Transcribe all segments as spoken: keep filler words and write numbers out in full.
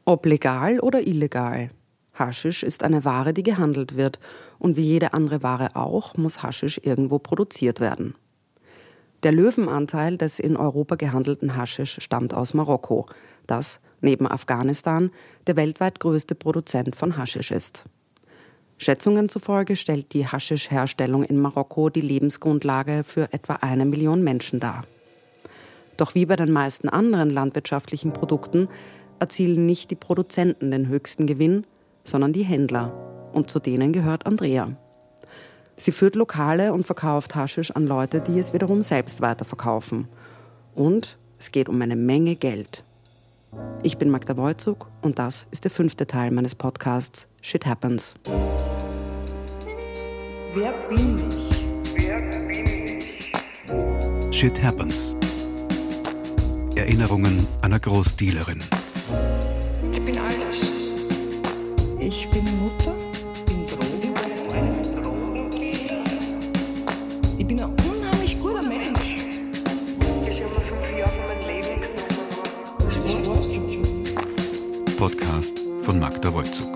Ob legal oder illegal. Haschisch ist eine Ware, die gehandelt wird. Und wie jede andere Ware auch, muss Haschisch irgendwo produziert werden. Der Löwenanteil des in Europa gehandelten Haschisch stammt aus Marokko, das, neben Afghanistan, der weltweit größte Produzent von Haschisch ist. Schätzungen zufolge stellt die Haschisch-Herstellung in Marokko die Lebensgrundlage für etwa eine Million Menschen dar. Doch wie bei den meisten anderen landwirtschaftlichen Produkten erzielen nicht die Produzenten den höchsten Gewinn, sondern die Händler. Und zu denen gehört Andrea. Sie führt Lokale und verkauft Haschisch an Leute, die es wiederum selbst weiterverkaufen. Und es geht um eine Menge Geld. Ich bin Magda Wojcuk und das ist der fünfte Teil meines Podcasts Shit Happens. Wer bin ich? Wer bin ich? Shit Happens. Erinnerungen einer Großdealerin. Ich bin alles. Ich bin Mutter, bin Drogendealer. Ich bin ein unheimlich guter Mensch. Ich habe mir fünf Jahre von meinem Leben genommen. Das war's schon. Podcast von Magda Wojcuk.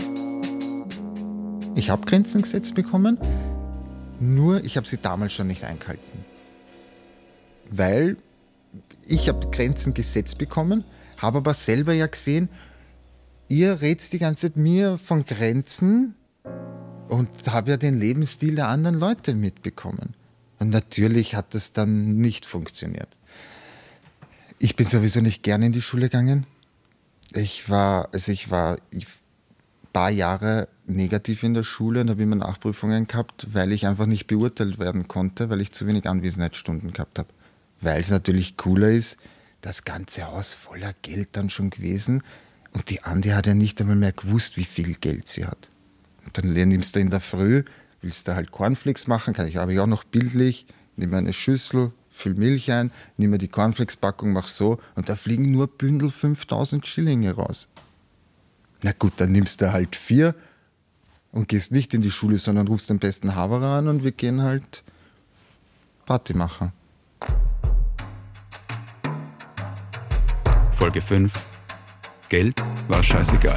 Ich habe Grenzen gesetzt bekommen, nur ich habe sie damals schon nicht eingehalten. Weil ich habe Grenzen gesetzt bekommen, habe aber selber ja gesehen, ihr redet die ganze Zeit mir von Grenzen und habe ja den Lebensstil der anderen Leute mitbekommen. Und natürlich hat das dann nicht funktioniert. Ich bin sowieso nicht gerne in die Schule gegangen. Ich war, also ich war ein paar Jahre negativ in der Schule und habe immer Nachprüfungen gehabt, weil ich einfach nicht beurteilt werden konnte, weil ich zu wenig Anwesenheitsstunden gehabt habe. Weil es natürlich cooler ist, das ganze Haus voller Geld dann schon gewesen und die Andi hat ja nicht einmal mehr gewusst, wie viel Geld sie hat. Und dann nimmst du in der Früh, willst du halt Cornflakes machen, kann ich, habe ich auch noch bildlich, nimm eine Schüssel, füll Milch ein, nimm mir die Cornflakes-Packung, mach so und da fliegen nur Bündel fünftausend Schillinge raus. Na gut, dann nimmst du halt vier und gehst nicht in die Schule, sondern rufst den besten Haberer an und wir gehen halt Party machen. Folge fünf. Geld war scheißegal.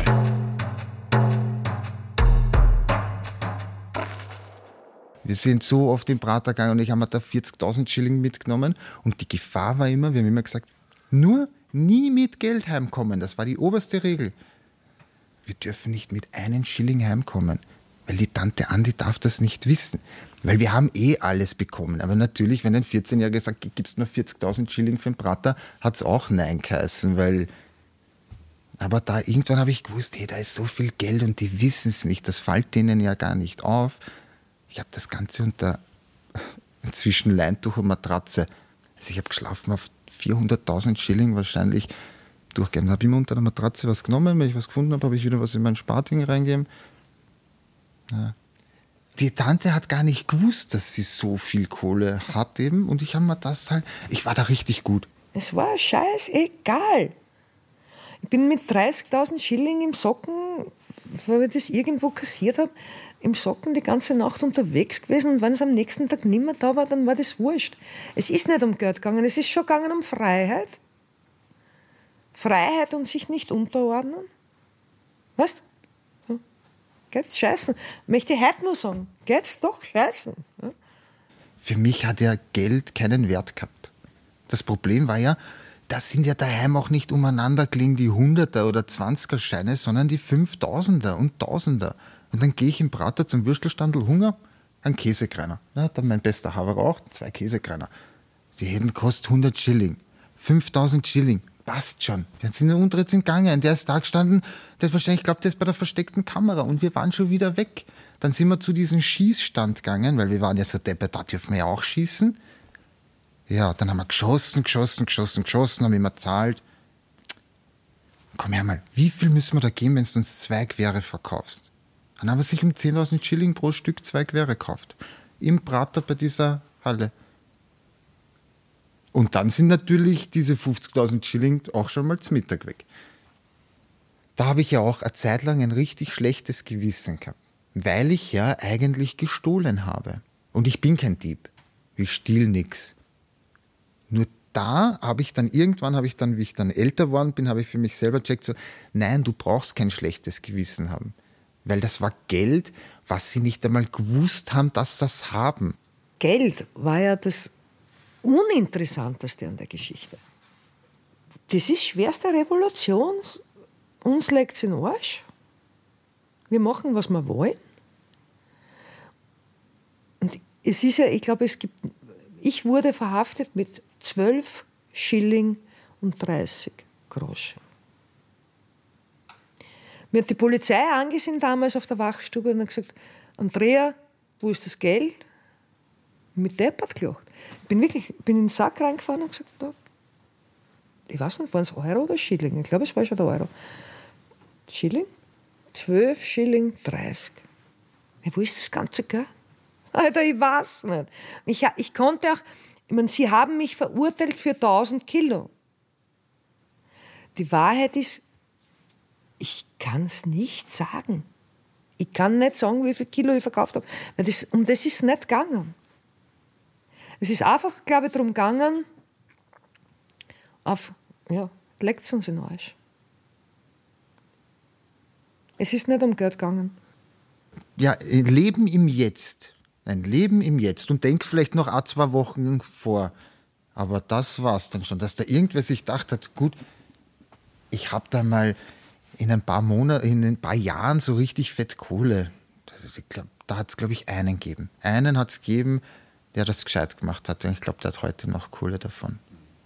Wir sind so oft im Prater gegangen und ich habe mir da vierzigtausend Schilling mitgenommen und die Gefahr war immer, wir haben immer gesagt, nur nie mit Geld heimkommen, das war die oberste Regel. Wir dürfen nicht mit einem Schilling heimkommen, weil die Tante Andi darf das nicht wissen. Weil wir haben eh alles bekommen. Aber natürlich, wenn ein vierzehnjähriger sagt, gibst du nur vierzigtausend Schilling für den Prater, hat es auch Nein geheißen. Weil aber da irgendwann habe ich gewusst, hey, da ist so viel Geld und die wissen es nicht. Das fällt denen ja gar nicht auf. Ich habe das Ganze unter zwischen Leintuch und Matratze. Also ich habe geschlafen auf vierhunderttausend Schilling wahrscheinlich durchgehen. Habe immer unter der Matratze was genommen. Wenn ich was gefunden habe, habe ich wieder was in mein Sparding reingegeben. Ja. Die Tante hat gar nicht gewusst, dass sie so viel Kohle hat eben. Und ich habe mir das halt, ich war da richtig gut. Es war scheißegal. Ich bin mit dreißigtausend Schilling im Socken, weil ich das irgendwo kassiert habe, im Socken die ganze Nacht unterwegs gewesen. Und wenn es am nächsten Tag nicht mehr da war, dann war das wurscht. Es ist nicht um Geld gegangen, es ist schon gegangen um Freiheit. Freiheit und sich nicht unterordnen. Weißt du? So. Geht's scheißen. Möchte ich heute nur sagen. Geht's doch scheißen. Ja? Für mich hat ja Geld keinen Wert gehabt. Das Problem war ja, das sind ja daheim auch nicht umeinander gelegen die Hunderter oder Zwanziger Scheine, sondern die Fünftausender und Tausender. Und dann gehe ich im Prater zum Würstelstandl, Hunger, ein Käsekreiner. Ja, dann mein bester Haber auch, zwei Käsekreiner. Die hätten kostet hundert Schilling. fünftausend Schilling. Passt schon. Wir sind in der Unterritz gegangen. Der ist da gestanden, der ist wahrscheinlich, ich glaube, der ist bei der versteckten Kamera und wir waren schon wieder weg. Dann sind wir zu diesem Schießstand gegangen, weil wir waren ja so deppert, da dürfen wir ja auch schießen. Ja, dann haben wir geschossen, geschossen, geschossen, geschossen, haben immer gezahlt. Komm her mal, wie viel müssen wir da geben, wenn du uns zwei Gewehre verkaufst? Dann haben wir sich um zehntausend Schilling pro Stück zwei Gewehre gekauft. Im Prater bei dieser Halle. Und dann sind natürlich diese fünfzigtausend Schilling auch schon mal zum Mittag weg. Da habe ich ja auch eine Zeit lang ein richtig schlechtes Gewissen gehabt, weil ich ja eigentlich gestohlen habe. Und ich bin kein Dieb. Ich stehle nichts. Nur da habe ich dann irgendwann, habe ich dann, wie ich dann älter geworden bin, habe ich für mich selber gecheckt, so, nein, du brauchst kein schlechtes Gewissen haben. Weil das war Geld, was sie nicht einmal gewusst haben, dass das haben. Geld war ja das Uninteressanteste an der Geschichte. Das ist schwerste Revolution. Uns legt es in den Arsch. Wir machen, was wir wollen. Und es ist ja, ich glaube, es gibt, ich wurde verhaftet mit zwölf Schilling und dreißig Groschen. Mir hat die Polizei angesehen damals auf der Wachstube und hat gesagt, Andrea, wo ist das Geld? Mit deppert gelacht. Ich bin wirklich, bin in den Sack reingefahren und gesagt, da, ich weiß nicht, waren es Euro oder Schilling? Ich glaube, es war schon der Euro. Schilling? zwölf Schilling dreißig. Ja, wo ist das ganze Geld? Alter, ich weiß nicht. Ich, ich konnte auch, ich meine, sie haben mich verurteilt für tausend Kilo. Die Wahrheit ist, ich kann es nicht sagen. Ich kann nicht sagen, wie viel Kilo ich verkauft habe. Weil das, um das ist es nicht gegangen. Es ist einfach, glaube ich, darum gegangen, auf, ja, legt es uns in den Arsch. Es ist nicht um Geld gegangen. Ja, Leben im Jetzt. Ein Leben im Jetzt. Und denk vielleicht noch ein, zwei Wochen vor. Aber das war's dann schon. Dass da irgendwer sich gedacht hat, gut, ich habe da mal in ein paar Monaten, in ein paar Jahren so richtig fett Kohle. Ich glaub, da hat es, glaube ich, einen gegeben. Einen hat es gegeben, der das gescheit gemacht hat. Und ich glaube, der hat heute noch Kohle davon.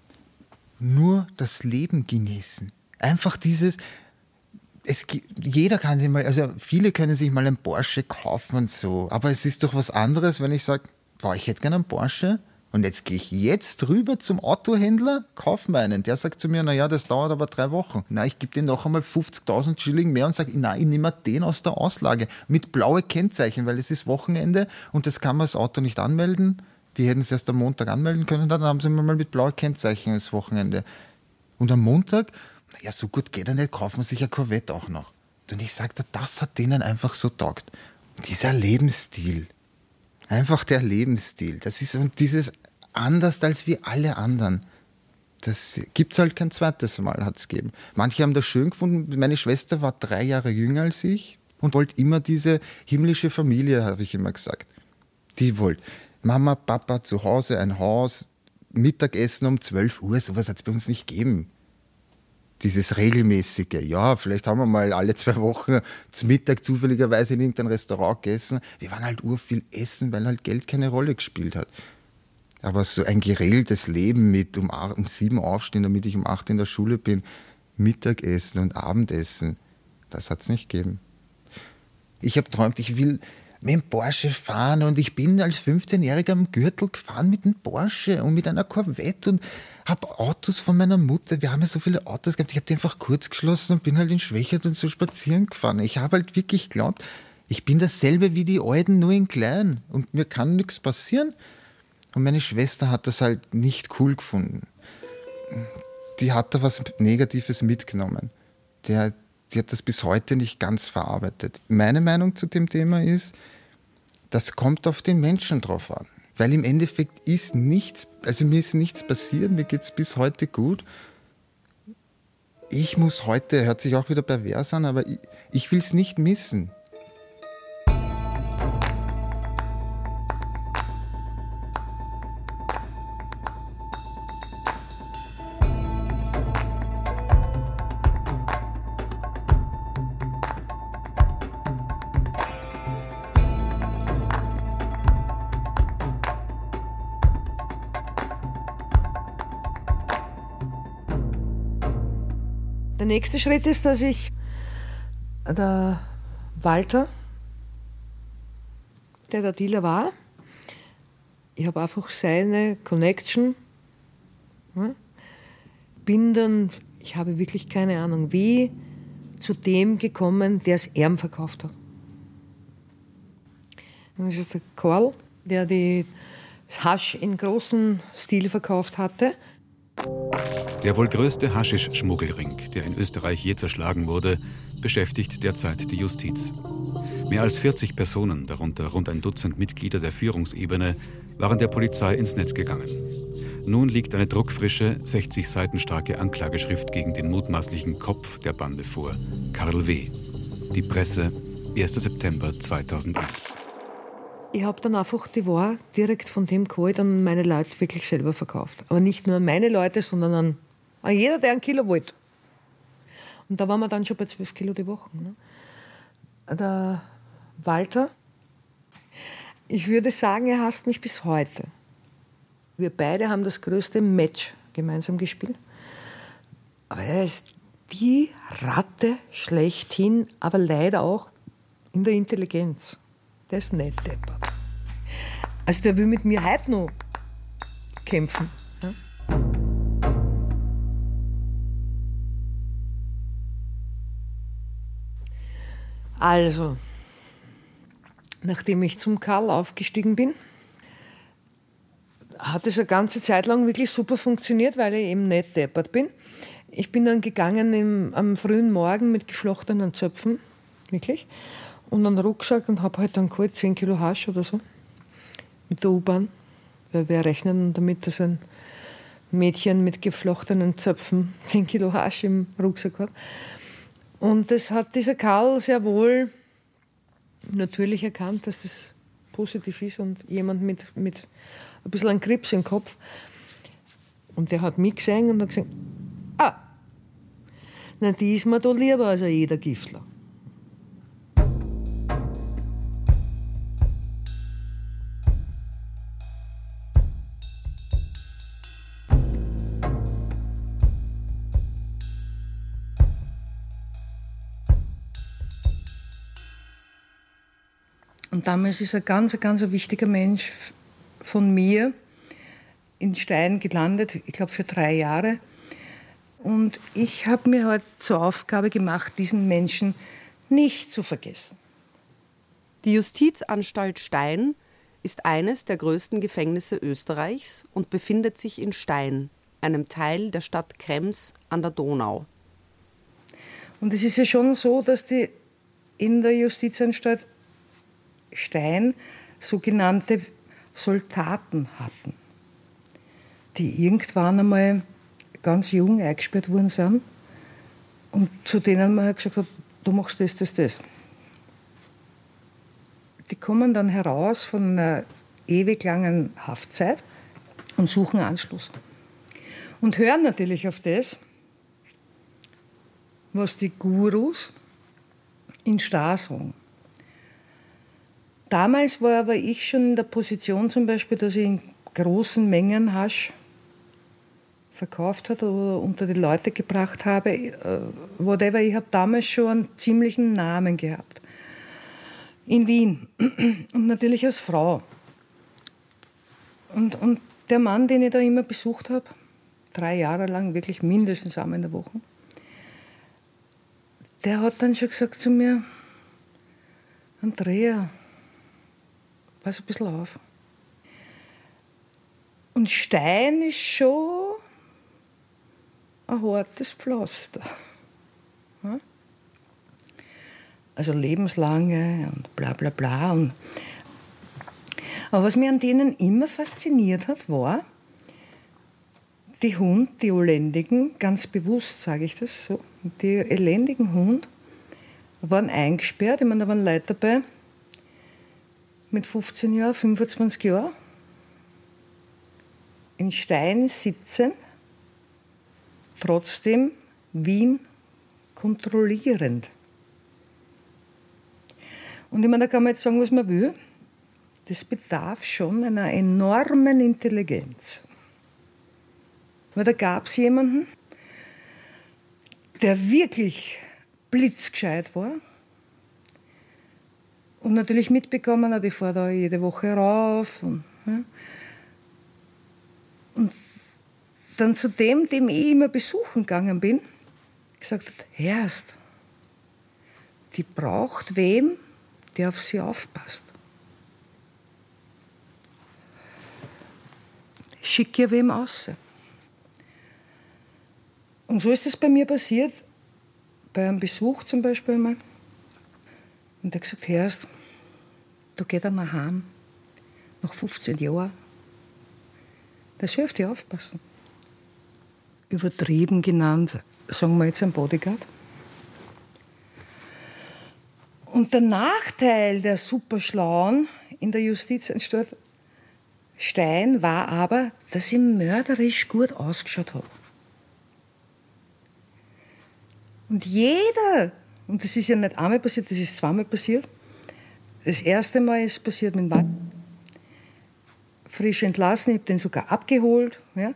Nur das Leben genießen. Einfach dieses, es, jeder kann sich mal, also viele können sich mal einen Porsche kaufen und so. Aber es ist doch was anderes, wenn ich sage, boah, ich hätte gerne einen Porsche. Und jetzt gehe ich jetzt rüber zum Autohändler, kaufe mir einen. Der sagt zu mir, naja, das dauert aber drei Wochen. Na, ich gebe dir noch einmal fünfzigtausend Schilling mehr und sage, nein, ich nehme den aus der Auslage mit blaue Kennzeichen, weil es ist Wochenende und das kann man das Auto nicht anmelden. Die hätten es erst am Montag anmelden können, dann haben sie mir mal mit blauen Kennzeichen das Wochenende. Und am Montag, naja, so gut geht er nicht, kaufen wir sich ein Corvette auch noch. Und ich sage, das hat denen einfach so taugt. Dieser Lebensstil. Einfach der Lebensstil. Das ist und dieses anders als wie alle anderen. Das gibt es halt kein zweites Mal, hat es gegeben. Manche haben das schön gefunden. Meine Schwester war drei Jahre jünger als ich und wollte immer diese himmlische Familie, habe ich immer gesagt. Die wollte Mama, Papa zu Hause, ein Haus, Mittagessen um zwölf Uhr, sowas hat es bei uns nicht gegeben. Dieses regelmäßige, ja, vielleicht haben wir mal alle zwei Wochen zum Mittag zufälligerweise in irgendein Restaurant gegessen. Wir waren halt urviel essen, weil halt Geld keine Rolle gespielt hat. Aber so ein geregeltes Leben mit um, um sieben aufstehen, damit ich um acht in der Schule bin, Mittagessen und Abendessen, das hat es nicht gegeben. Ich habe geträumt, ich will mit dem Porsche fahren und ich bin als fünfzehnjähriger am Gürtel gefahren mit einem Porsche und mit einer Corvette und habe Autos von meiner Mutter, wir haben ja so viele Autos gehabt, ich habe die einfach kurz geschlossen und bin halt in Schwächert und so spazieren gefahren. Ich habe halt wirklich geglaubt, ich bin dasselbe wie die Alten, nur in klein und mir kann nichts passieren. Und meine Schwester hat das halt nicht cool gefunden. Die hat da was Negatives mitgenommen. Der, die hat das bis heute nicht ganz verarbeitet. Meine Meinung zu dem Thema ist, das kommt auf den Menschen drauf an. Weil im Endeffekt ist nichts, also mir ist nichts passiert, mir geht es bis heute gut. Ich muss heute, hört sich auch wieder pervers an, aber ich, ich will es nicht missen. Der nächste Schritt ist, dass ich, der Walter, der der Dealer war, ich habe einfach seine Connection, ne, bin dann, ich habe wirklich keine Ahnung, wie zu dem gekommen, der es ihm verkauft hat. Und das ist der Karl, der die Hasch in großem Stil verkauft hatte. Der wohl größte Haschisch-Schmuggelring, der in Österreich je zerschlagen wurde, beschäftigt derzeit die Justiz. Mehr als vierzig Personen, darunter rund ein Dutzend Mitglieder der Führungsebene, waren der Polizei ins Netz gegangen. Nun liegt eine druckfrische, sechzig Seiten starke Anklageschrift gegen den mutmaßlichen Kopf der Bande vor, Karl W. Die Presse, erster September zweitausendeins. Ich habe dann einfach die Ware direkt von dem geholt und an meine Leute wirklich selber verkauft. Aber nicht nur an meine Leute, sondern an, an jeder, der ein Kilo wollte. Und da waren wir dann schon bei zwölf Kilo die Woche. Ne? Der Walter, ich würde sagen, er hasst mich bis heute. Wir beide haben das größte Match gemeinsam gespielt. Aber er ist die Ratte schlechthin, aber leider auch in der Intelligenz. Der ist nicht deppert. Also der will mit mir heute noch kämpfen. Ja? Also, nachdem ich zum Karl aufgestiegen bin, hat es eine ganze Zeit lang wirklich super funktioniert, weil ich eben nicht deppert bin. Ich bin dann gegangen im, am frühen Morgen mit geflochtenen Zöpfen, wirklich, und einen Rucksack und habe halt dann geholt, zehn Kilo Hasch oder so, mit der U-Bahn. Weil wir rechnen damit, dass ein Mädchen mit geflochtenen Zöpfen zehn Kilo Hasch im Rucksack hat. Und das hat dieser Karl sehr wohl natürlich erkannt, dass das positiv ist und jemand mit, mit ein bisschen einen Krebs im Kopf. Und der hat mich gesehen und hat gesagt, ah, na, die ist mir da lieber als jeder Giftler. Und damals ist ein ganz, ganz wichtiger Mensch von mir in Stein gelandet, ich glaube für drei Jahre. Und ich habe mir halt zur Aufgabe gemacht, diesen Menschen nicht zu vergessen. Die Justizanstalt Stein ist eines der größten Gefängnisse Österreichs und befindet sich in Stein, einem Teil der Stadt Krems an der Donau. Und es ist ja schon so, dass die in der Justizanstalt Stein sogenannte Soldaten hatten, die irgendwann einmal ganz jung eingesperrt worden sind und zu denen man gesagt hat, du machst das, das, das. Die kommen dann heraus von einer ewig langen Haftzeit und suchen Anschluss. Und hören natürlich auf das, was die Gurus in Steyr sagen. Damals war aber ich schon in der Position zum Beispiel, dass ich in großen Mengen Hasch verkauft habe oder unter die Leute gebracht habe. Whatever, ich habe damals schon einen ziemlichen Namen gehabt. In Wien. Und natürlich als Frau. Und, und der Mann, den ich da immer besucht habe, drei Jahre lang, wirklich mindestens einmal in der Woche, der hat dann schon gesagt zu mir, Andrea, pass ein bisschen auf. Und Stein ist schon ein hartes Pflaster. Also lebenslange und bla bla bla. Und aber was mich an denen immer fasziniert hat, war, die Hund, die elendigen, ganz bewusst sage ich das so, die elendigen Hund waren eingesperrt, ich meine, da waren Leute dabei, mit fünfzehn Jahren, fünfundzwanzig Jahren, in Stein sitzen, trotzdem Wien kontrollierend. Und ich meine, da kann man jetzt sagen, was man will. Das bedarf schon einer enormen Intelligenz. Weil da gab es jemanden, der wirklich blitzgescheit war und natürlich mitbekommen hat, ich fahre da jede Woche rauf. Und, ja. und dann zu dem, dem ich immer besuchen gegangen bin, gesagt hat, Herrst, die braucht wem, der auf sie aufpasst. Schick ihr wem aus. Und so ist es bei mir passiert, bei einem Besuch zum Beispiel mal. Und der hat gesagt, Herrst, du gehst einmal heim, nach fünfzehn Jahren. Der soll auf dich aufpassen. Übertrieben genannt, sagen wir jetzt ein Bodyguard. Und der Nachteil der Superschlauen in der Justizanstalt Stein war aber, dass ich mörderisch gut ausgeschaut habe. Und jeder, und das ist ja nicht einmal passiert, das ist zweimal passiert. Das erste Mal ist passiert mit dem Mann. Frisch entlassen, ich habe den sogar abgeholt. Ja.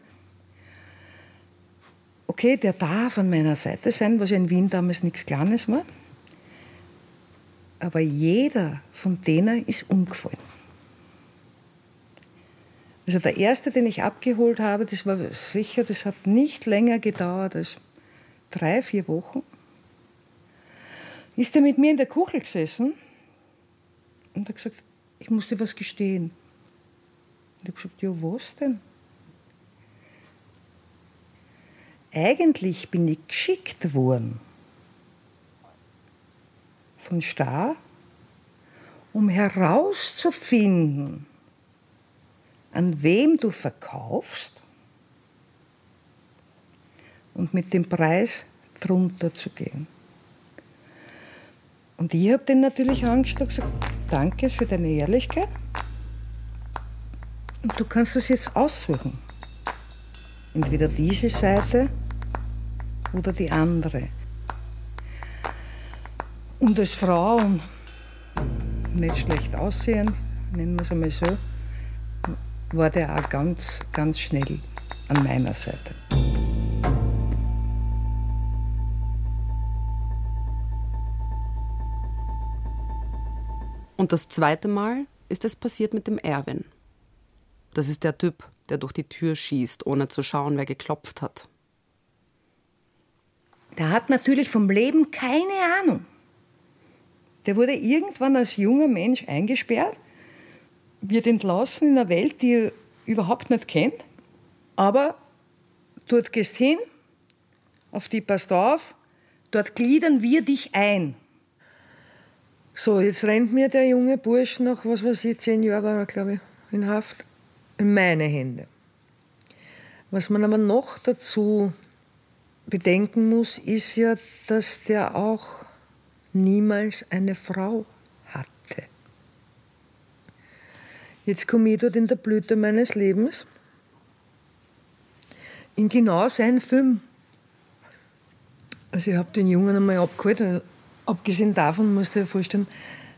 Okay, der darf an meiner Seite sein, was ja in Wien damals nichts Kleines war. Aber jeder von denen ist umgefallen. Also der erste, den ich abgeholt habe, das war sicher, das hat nicht länger gedauert als drei, vier Wochen. Ist er mit mir in der Kuchel gesessen und hat gesagt, ich muss dir was gestehen. Und ich habe gesagt, ja, was denn? Eigentlich bin ich geschickt worden von Staar, um herauszufinden, an wem du verkaufst und mit dem Preis drunter zu gehen. Und ich habe den natürlich angeschaut und gesagt, danke für deine Ehrlichkeit. Und du kannst das jetzt aussuchen. Entweder diese Seite oder die andere. Und als Frau und nicht schlecht aussehend, nennen wir es einmal so, war der auch ganz, ganz schnell an meiner Seite. Und das zweite Mal ist es passiert mit dem Erwin. Das ist der Typ, der durch die Tür schießt, ohne zu schauen, wer geklopft hat. Der hat natürlich vom Leben keine Ahnung. Der wurde irgendwann als junger Mensch eingesperrt, wird entlassen in einer Welt, die er überhaupt nicht kennt. Aber dort gehst hin, auf die passt auf, dort gliedern wir dich ein. So, jetzt rennt mir der junge Bursch nach, was weiß ich, zehn Jahren war er, glaube ich, in Haft, in meine Hände. Was man aber noch dazu bedenken muss, ist ja, dass der auch niemals eine Frau hatte. Jetzt komme ich dort in der Blüte meines Lebens in genau seinen Film. Also ich habe den Jungen einmal abgeholt. Abgesehen davon, musst du dir vorstellen,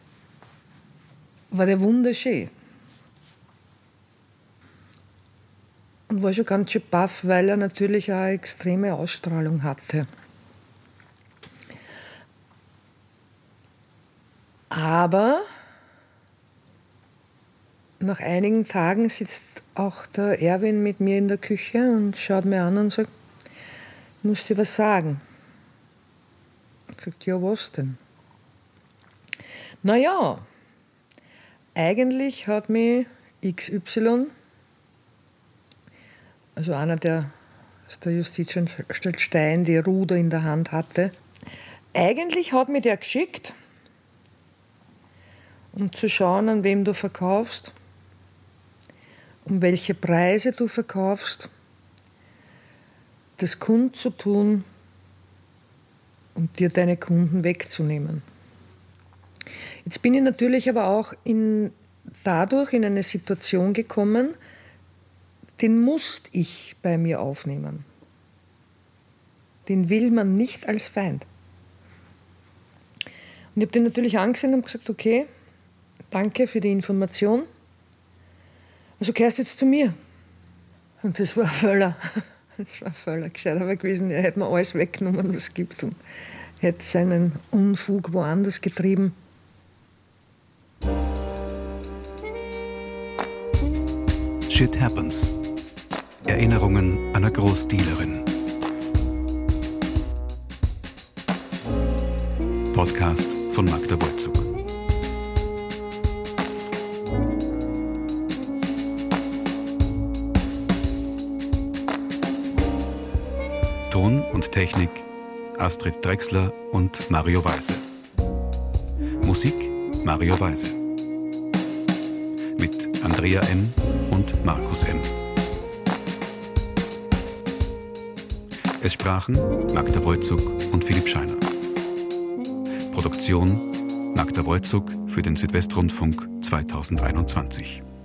war der wunderschön. Und war schon ganz schön baff, weil er natürlich auch eine extreme Ausstrahlung hatte. Aber nach einigen Tagen sitzt auch der Erwin mit mir in der Küche und schaut mir an und sagt, ich muss dir was sagen. Ich sage, ja, was denn? Naja, eigentlich hat mich X Y, also einer, der aus der Justizanstalt Stein die Ruder in der Hand hatte, eigentlich hat mich der geschickt, um zu schauen, an wem du verkaufst, um welche Preise du verkaufst, das kundzutun und dir deine Kunden wegzunehmen. Jetzt bin ich natürlich aber auch in, dadurch in eine Situation gekommen, den musste ich bei mir aufnehmen. Den will man nicht als Feind. Und ich habe den natürlich angesehen und gesagt, okay, danke für die Information. Also gehörst jetzt zu mir. Und das war ein Völler. Das war ein Völler. Gescheiter war gewesen, er hätte mir alles weggenommen, was es gibt. Und hätte seinen Unfug woanders getrieben. Shit Happens. Erinnerungen einer Großdealerin. Podcast von Magda Wolzug. Ton und Technik Astrid Drechsler und Mario Weise. Musik Mario Weise. Mit Andrea M. und Markus M. Es sprachen Magda Wojcuk und Philipp Scheiner. Produktion Magda Wojcuk für den Südwestrundfunk zweitausendeinundzwanzig.